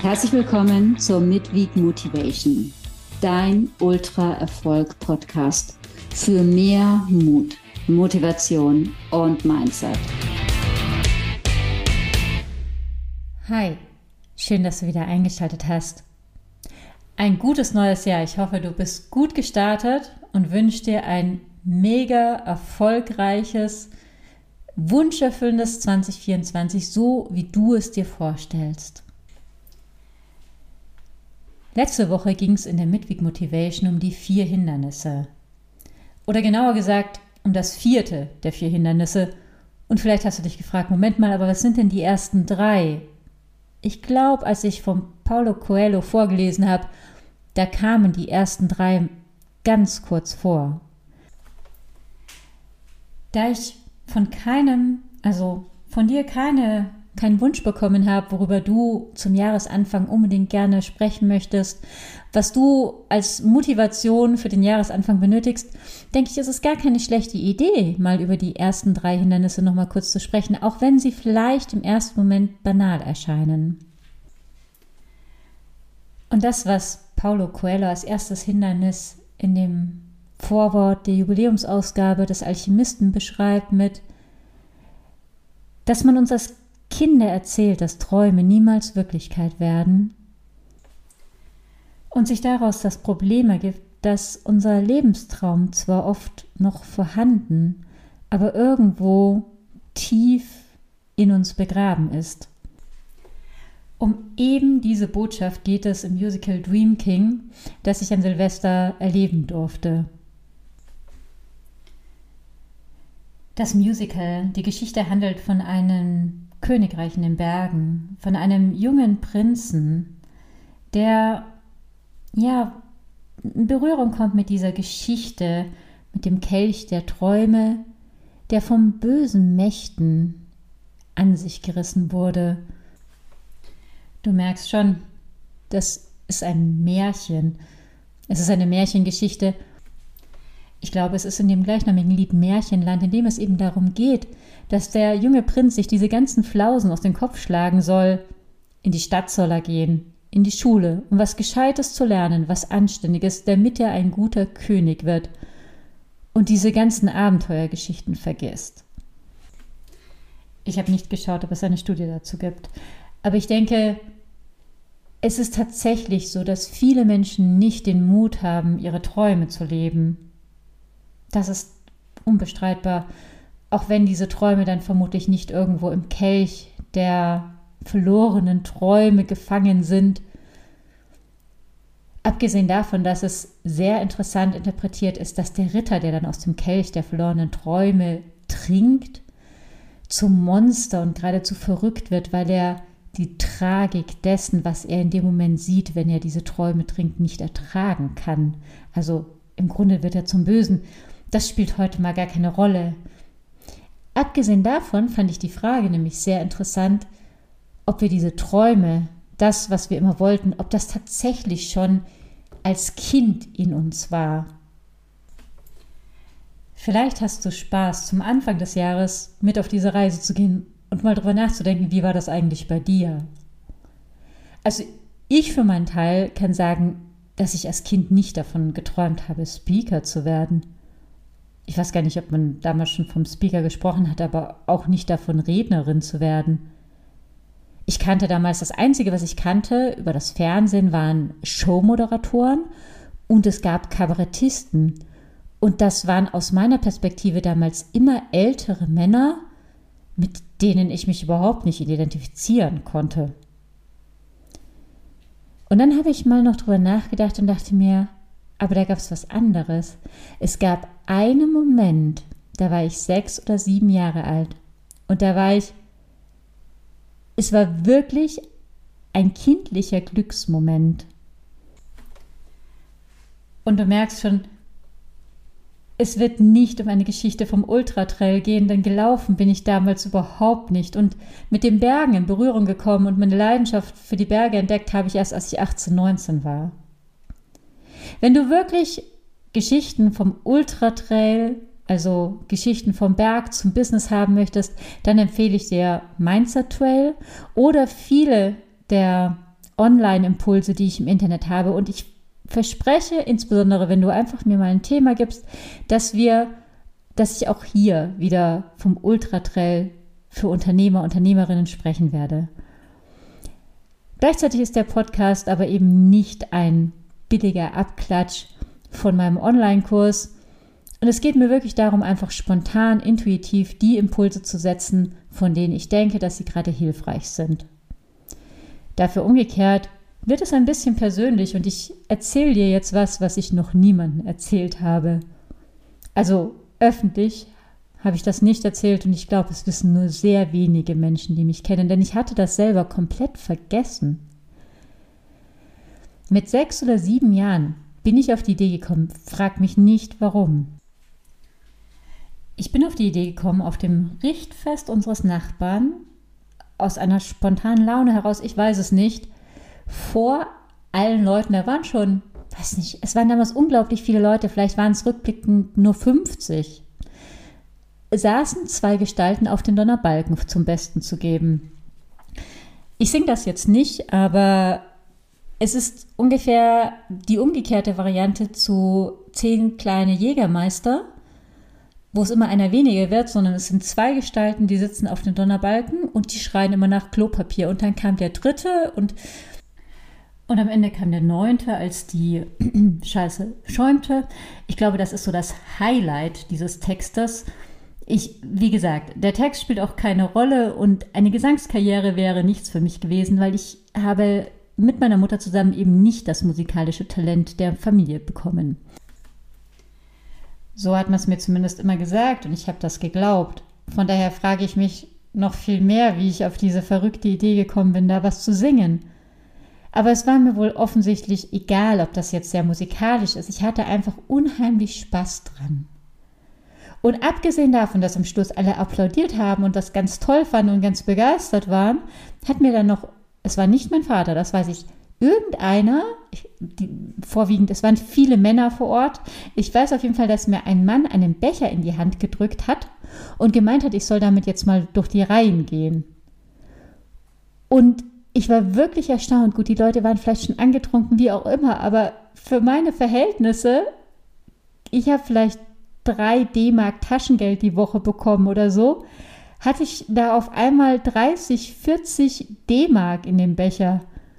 Herzlich willkommen zur Midweek Motivation, dein Ultra-Erfolg-Podcast für mehr Mut, Motivation und Mindset. Hi, schön, dass du wieder eingeschaltet hast. Ein gutes neues Jahr. Ich hoffe, du bist gut gestartet und wünsche dir ein mega erfolgreiches, wunscherfüllendes 2024, so wie du es dir vorstellst. Letzte Woche ging es in der Midweek Motivation um die 4 Hindernisse. Oder genauer gesagt, um das 4. der 4 Hindernisse. Und vielleicht hast du dich gefragt, Moment mal, aber was sind denn die ersten 3? Ich glaube, als ich von Paulo Coelho vorgelesen habe, da kamen die ersten 3 ganz kurz vor. Da ich von dir keinen Wunsch bekommen habe, worüber du zum Jahresanfang unbedingt gerne sprechen möchtest, was du als Motivation für den Jahresanfang benötigst, denke ich, ist es gar keine schlechte Idee, mal über die ersten 3 Hindernisse nochmal kurz zu sprechen, auch wenn sie vielleicht im ersten Moment banal erscheinen. Und das, was Paulo Coelho als erstes Hindernis in dem Vorwort der Jubiläumsausgabe des Alchemisten beschreibt mit, dass man uns als Kinder erzählt, dass Träume niemals Wirklichkeit werden und sich daraus das Problem ergibt, dass unser Lebenstraum zwar oft noch vorhanden, aber irgendwo tief in uns begraben ist. Um eben diese Botschaft geht es im Musical Dream King, das ich an Silvester erleben durfte. Das Musical, die Geschichte handelt von einem Königreich in den Bergen, von einem jungen Prinzen, der in Berührung kommt mit dieser Geschichte, mit dem Kelch der Träume, der von bösen Mächten an sich gerissen wurde. Du merkst schon, das ist ein Märchen. Es ist eine Märchengeschichte. Ich glaube, es ist in dem gleichnamigen Lied Märchenland, in dem es eben darum geht, dass der junge Prinz sich diese ganzen Flausen aus dem Kopf schlagen soll. In die Stadt soll er gehen, in die Schule, um was Gescheites zu lernen, was Anständiges, damit er ein guter König wird und diese ganzen Abenteuergeschichten vergisst. Ich habe nicht geschaut, ob es eine Studie dazu gibt, aber ich denke, es ist tatsächlich so, dass viele Menschen nicht den Mut haben, ihre Träume zu leben. Das ist unbestreitbar, auch wenn diese Träume dann vermutlich nicht irgendwo im Kelch der verlorenen Träume gefangen sind. Abgesehen davon, dass es sehr interessant interpretiert ist, dass der Ritter, der dann aus dem Kelch der verlorenen Träume trinkt, zum Monster und geradezu verrückt wird, weil er die Tragik dessen, was er in dem Moment sieht, wenn er diese Träume trinkt, nicht ertragen kann. Also im Grunde wird er zum Bösen. Das spielt heute mal gar keine Rolle. Abgesehen davon fand ich die Frage nämlich sehr interessant, ob wir diese Träume, das, was wir immer wollten, ob das tatsächlich schon als Kind in uns war. Vielleicht hast du Spaß, zum Anfang des Jahres mit auf diese Reise zu gehen und mal drüber nachzudenken, wie war das eigentlich bei dir? Also ich für meinen Teil kann sagen, dass ich als Kind nicht davon geträumt habe, Speaker zu werden. Ich weiß gar nicht, ob man damals schon vom Speaker gesprochen hat, aber auch nicht davon, Rednerin zu werden. Ich kannte damals, das Einzige, was ich kannte über das Fernsehen, waren Showmoderatoren und es gab Kabarettisten. Und das waren aus meiner Perspektive damals immer ältere Männer, mit denen ich mich überhaupt nicht identifizieren konnte. Und dann habe ich mal noch drüber nachgedacht und dachte mir, aber da gab es was anderes. Es gab einen Moment, da war ich 6 oder 7 Jahre alt. Und es war wirklich ein kindlicher Glücksmoment. Und du merkst schon, es wird nicht um eine Geschichte vom Ultratrail gehen, denn gelaufen bin ich damals überhaupt nicht. Und mit den Bergen in Berührung gekommen und meine Leidenschaft für die Berge entdeckt habe ich erst, als ich 18, 19 war. Wenn du wirklich Geschichten vom Ultratrail, also Geschichten vom Berg zum Business haben möchtest, dann empfehle ich dir Mindset Trail oder viele der Online-Impulse, die ich im Internet habe. Und ich verspreche, insbesondere wenn du einfach mir mal ein Thema gibst, dass ich auch hier wieder vom Ultratrail für Unternehmer, Unternehmerinnen sprechen werde. Gleichzeitig ist der Podcast aber eben nicht ein billiger Abklatsch von meinem Online-Kurs. Und es geht mir wirklich darum, einfach spontan, intuitiv die Impulse zu setzen, von denen ich denke, dass sie gerade hilfreich sind. Dafür umgekehrt wird es ein bisschen persönlich und ich erzähle dir jetzt was ich noch niemandem erzählt habe. Also öffentlich habe ich das nicht erzählt und ich glaube, es wissen nur sehr wenige Menschen, die mich kennen, denn ich hatte das selber komplett vergessen. Mit 6 oder 7 Jahren bin ich auf die Idee gekommen, frag mich nicht warum. Ich bin auf die Idee gekommen, auf dem Richtfest unseres Nachbarn, aus einer spontanen Laune heraus, ich weiß es nicht, vor allen Leuten, da waren schon, weiß nicht, es waren damals unglaublich viele Leute, vielleicht waren es rückblickend nur 50, saßen 2 Gestalten auf den Donnerbalken zum Besten zu geben. Ich singe das jetzt nicht, aber es ist ungefähr die umgekehrte Variante zu 10 kleine Jägermeister, wo es immer einer weniger wird, sondern es sind 2 Gestalten, die sitzen auf den Donnerbalken und die schreien immer nach Klopapier. Und dann kam der 3. und am Ende kam der 9., als die Scheiße schäumte. Ich glaube, das ist so das Highlight dieses Textes. Wie gesagt, der Text spielt auch keine Rolle und eine Gesangskarriere wäre nichts für mich gewesen, weil ich habe mit meiner Mutter zusammen eben nicht das musikalische Talent der Familie bekommen. So hat man es mir zumindest immer gesagt und ich habe das geglaubt. Von daher frage ich mich noch viel mehr, wie ich auf diese verrückte Idee gekommen bin, da was zu singen. Aber es war mir wohl offensichtlich egal, ob das jetzt sehr musikalisch ist. Ich hatte einfach unheimlich Spaß dran. Und abgesehen davon, dass am Schluss alle applaudiert haben und das ganz toll fanden und ganz begeistert waren, hat mir dann noch, es war nicht mein Vater, das weiß ich, irgendeiner, vorwiegend, es waren viele Männer vor Ort, ich weiß auf jeden Fall, dass mir ein Mann einen Becher in die Hand gedrückt hat und gemeint hat, ich soll damit jetzt mal durch die Reihen gehen. Und ich war wirklich erstaunt. Gut, die Leute waren vielleicht schon angetrunken, wie auch immer, aber für meine Verhältnisse, ich habe vielleicht 3 D-Mark Taschengeld die Woche bekommen oder so, hatte ich da auf einmal 30, 40 D-Mark in dem Becher.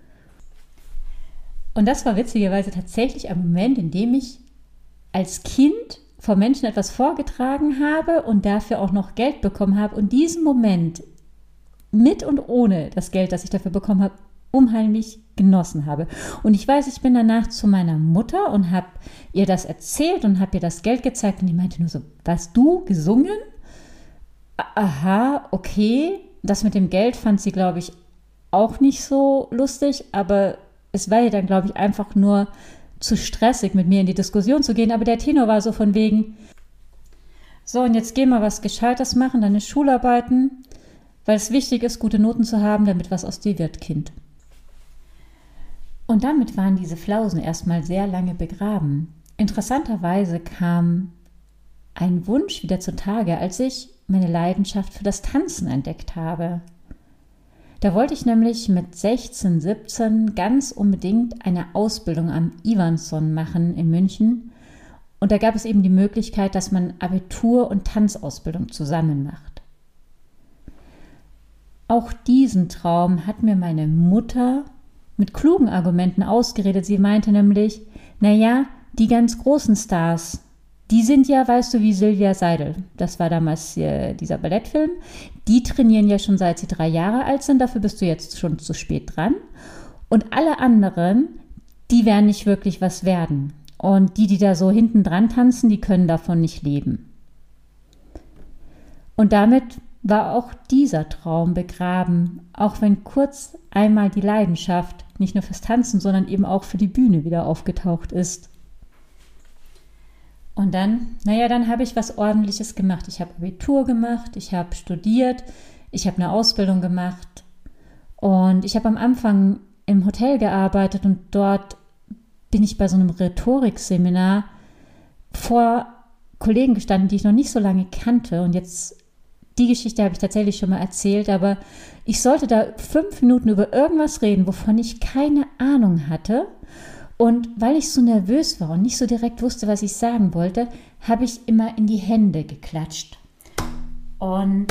Und das war witzigerweise tatsächlich ein Moment, in dem ich als Kind vor Menschen etwas vorgetragen habe und dafür auch noch Geld bekommen habe. Und diesen Moment mit und ohne das Geld, das ich dafür bekommen habe, unheimlich genossen habe. Und ich weiß, ich bin danach zu meiner Mutter und habe ihr das erzählt und habe ihr das Geld gezeigt und die meinte nur so, hast du gesungen? Aha, okay. Das mit dem Geld fand sie, glaube ich, auch nicht so lustig, aber es war ihr dann, glaube ich, einfach nur zu stressig, mit mir in die Diskussion zu gehen. Aber der Tenor war so von wegen, so und jetzt geh mal was Gescheites machen, deine Schularbeiten, weil es wichtig ist, gute Noten zu haben, damit was aus dir wird, Kind. Und damit waren diese Flausen erstmal sehr lange begraben. Interessanterweise kam ein Wunsch wieder zutage, als ich meine Leidenschaft für das Tanzen entdeckt habe. Da wollte ich nämlich mit 16, 17 ganz unbedingt eine Ausbildung am Ivansson machen in München. Und da gab es eben die Möglichkeit, dass man Abitur und Tanzausbildung zusammen macht. Auch diesen Traum hat mir meine Mutter mit klugen Argumenten ausgeredet. Sie meinte nämlich, naja, die ganz großen Stars, die sind ja, weißt du, wie Silvia Seidel. Das war damals dieser Ballettfilm. Die trainieren ja schon seit sie 3 Jahre alt sind. Dafür bist du jetzt schon zu spät dran. Und alle anderen, die werden nicht wirklich was werden. Und die da so hinten dran tanzen, die können davon nicht leben. Und damit war auch dieser Traum begraben, auch wenn kurz einmal die Leidenschaft nicht nur fürs Tanzen, sondern eben auch für die Bühne wieder aufgetaucht ist. Und dann habe ich was Ordentliches gemacht. Ich habe Abitur gemacht, ich habe studiert, ich habe eine Ausbildung gemacht und ich habe am Anfang im Hotel gearbeitet und dort bin ich bei so einem Rhetorikseminar vor Kollegen gestanden, die ich noch nicht so lange kannte und jetzt die Geschichte habe ich tatsächlich schon mal erzählt, aber ich sollte da 5 Minuten über irgendwas reden, wovon ich keine Ahnung hatte. Und weil ich so nervös war und nicht so direkt wusste, was ich sagen wollte, habe ich immer in die Hände geklatscht. Und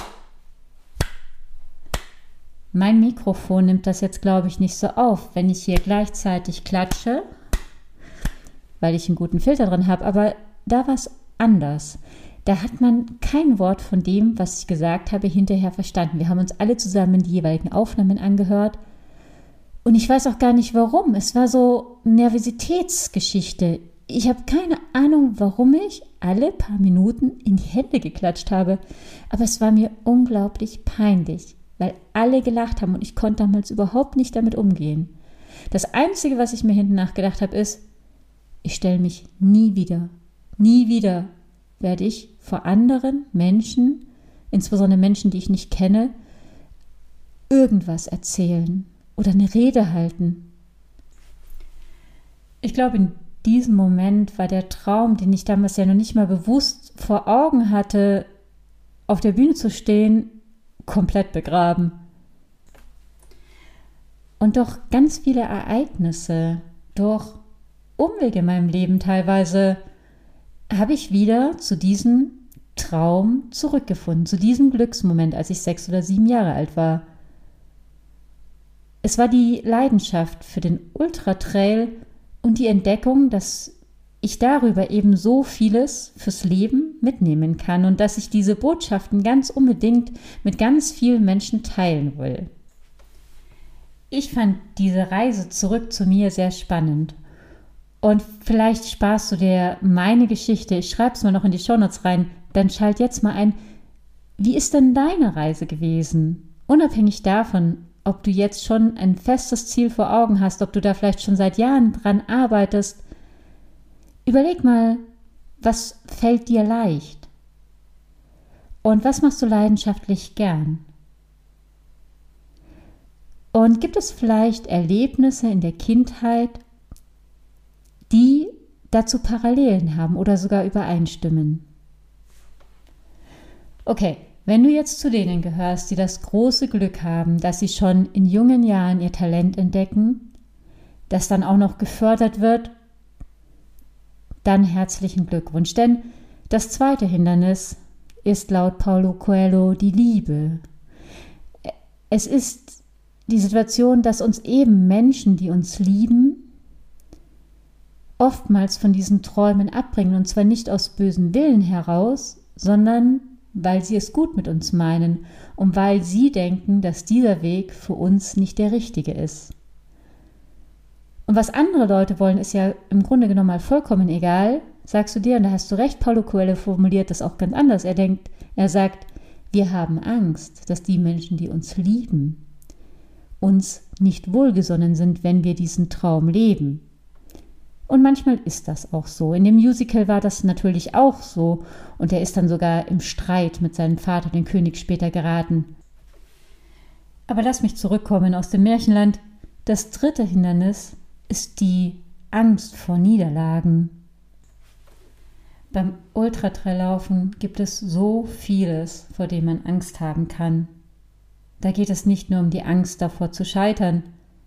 mein Mikrofon nimmt das jetzt, glaube ich, nicht so auf, wenn ich hier gleichzeitig klatsche, weil ich einen guten Filter drin habe. Aber da war es anders. Da hat man kein Wort von dem, was ich gesagt habe, hinterher verstanden. Wir haben uns alle zusammen die jeweiligen Aufnahmen angehört. Und ich weiß auch gar nicht, warum. Es war so eine Nervositätsgeschichte. Ich habe keine Ahnung, warum ich alle paar Minuten in die Hände geklatscht habe. Aber es war mir unglaublich peinlich, weil alle gelacht haben und ich konnte damals überhaupt nicht damit umgehen. Das Einzige, was ich mir hinten nachgedacht habe, ist, ich stelle mich nie wieder werde ich vor anderen Menschen, insbesondere Menschen, die ich nicht kenne, irgendwas erzählen oder eine Rede halten. Ich glaube, in diesem Moment war der Traum, den ich damals ja noch nicht mal bewusst vor Augen hatte, auf der Bühne zu stehen, komplett begraben. Und durch ganz viele Ereignisse, durch Umwege in meinem Leben teilweise, habe ich wieder zu diesem Traum zurückgefunden, zu diesem Glücksmoment, als ich 6 oder 7 Jahre alt war. Es war die Leidenschaft für den Ultratrail und die Entdeckung, dass ich darüber eben so vieles fürs Leben mitnehmen kann und dass ich diese Botschaften ganz unbedingt mit ganz vielen Menschen teilen will. Ich fand diese Reise zurück zu mir sehr spannend. Und vielleicht sparst du dir meine Geschichte, ich schreibe es mal noch in die Shownotes rein, dann schalt jetzt mal ein, wie ist denn deine Reise gewesen? Unabhängig davon, ob du jetzt schon ein festes Ziel vor Augen hast, ob du da vielleicht schon seit Jahren dran arbeitest, überleg mal, was fällt dir leicht? Und was machst du leidenschaftlich gern? Und gibt es vielleicht Erlebnisse in der Kindheit, die dazu Parallelen haben oder sogar übereinstimmen? Okay, wenn du jetzt zu denen gehörst, die das große Glück haben, dass sie schon in jungen Jahren ihr Talent entdecken, das dann auch noch gefördert wird, dann herzlichen Glückwunsch. Denn das zweite Hindernis ist laut Paulo Coelho die Liebe. Es ist die Situation, dass uns eben Menschen, die uns lieben, oftmals von diesen Träumen abbringen, und zwar nicht aus bösem Willen heraus, sondern weil sie es gut mit uns meinen und weil sie denken, dass dieser Weg für uns nicht der richtige ist. Und was andere Leute wollen, ist ja im Grunde genommen mal vollkommen egal, sagst du dir, und da hast du recht, Paulo Coelho formuliert das auch ganz anders. Er sagt, wir haben Angst, dass die Menschen, die uns lieben, uns nicht wohlgesonnen sind, wenn wir diesen Traum leben. Und manchmal ist das auch so. In dem Musical war das natürlich auch so. Und er ist dann sogar im Streit mit seinem Vater, den König, später geraten. Aber lass mich zurückkommen aus dem Märchenland. Das dritte Hindernis ist die Angst vor Niederlagen. Beim Ultratraillaufen gibt es so vieles, vor dem man Angst haben kann. Da geht es nicht nur um die Angst davor zu scheitern,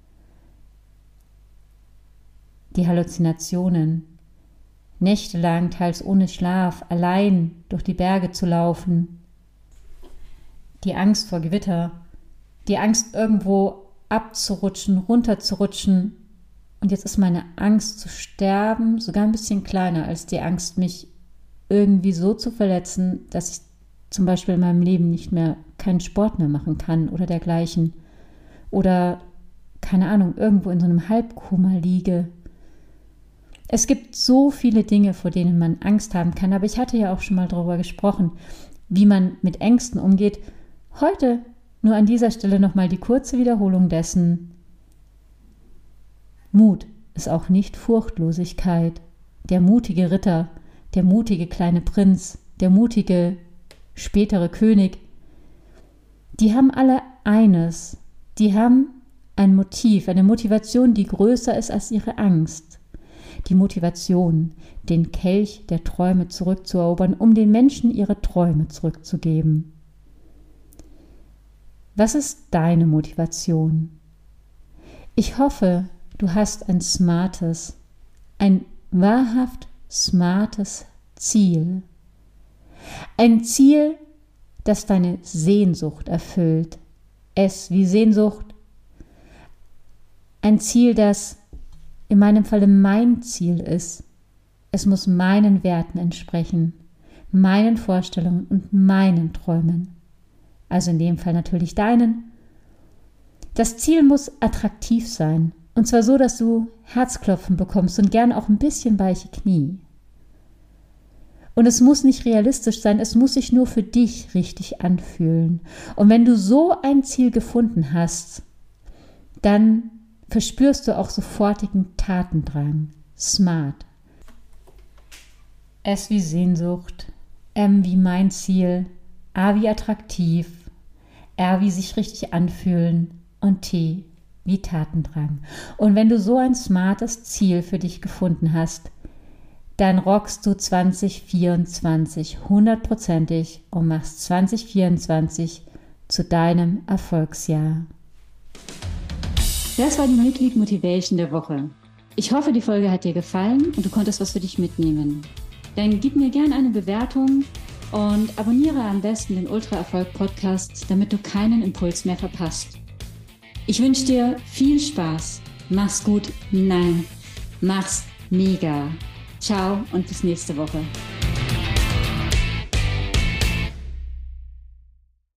die Halluzinationen, nächtelang, teils ohne Schlaf, allein durch die Berge zu laufen, die Angst vor Gewitter, die Angst irgendwo abzurutschen, runterzurutschen. Und jetzt ist meine Angst zu sterben sogar ein bisschen kleiner als die Angst, mich irgendwie so zu verletzen, dass ich zum Beispiel in meinem Leben nicht mehr keinen Sport mehr machen kann oder dergleichen. Oder, keine Ahnung, irgendwo in so einem Halbkoma liege. Es gibt so viele Dinge, vor denen man Angst haben kann, aber ich hatte ja auch schon mal darüber gesprochen, wie man mit Ängsten umgeht. Heute nur an dieser Stelle nochmal die kurze Wiederholung dessen. Mut ist auch nicht Furchtlosigkeit. Der mutige Ritter, der mutige kleine Prinz, der mutige spätere König, die haben alle eines. Die haben ein Motiv, eine Motivation, die größer ist als ihre Angst. Die Motivation, den Kelch der Träume zurückzuerobern, um den Menschen ihre Träume zurückzugeben. Was ist deine Motivation? Ich hoffe, du hast ein wahrhaft smartes Ziel. Ein Ziel, das deine Sehnsucht erfüllt. Es wie Sehnsucht. Ein Ziel, das in meinem Falle mein Ziel ist. Es muss meinen Werten entsprechen, meinen Vorstellungen und meinen Träumen. Also in dem Fall natürlich deinen. Das Ziel muss attraktiv sein. Und zwar so, dass du Herzklopfen bekommst und gern auch ein bisschen weiche Knie. Und es muss nicht realistisch sein, es muss sich nur für dich richtig anfühlen. Und wenn du so ein Ziel gefunden hast, dann verspürst du auch sofortigen Tatendrang. Smart. S wie Sehnsucht, M wie mein Ziel, A wie attraktiv, R wie sich richtig anfühlen und T wie Tatendrang. Und wenn du so ein smartes Ziel für dich gefunden hast, dann rockst du 2024 100%ig und machst 2024 zu deinem Erfolgsjahr. Das war die Midweek Motivation der Woche. Ich hoffe, die Folge hat dir gefallen und du konntest was für dich mitnehmen. Dann gib mir gerne eine Bewertung und abonniere am besten den Ultra Erfolg Podcast, damit du keinen Impuls mehr verpasst. Ich wünsche dir viel Spaß. Mach's gut. Nein, mach's mega. Ciao und bis nächste Woche.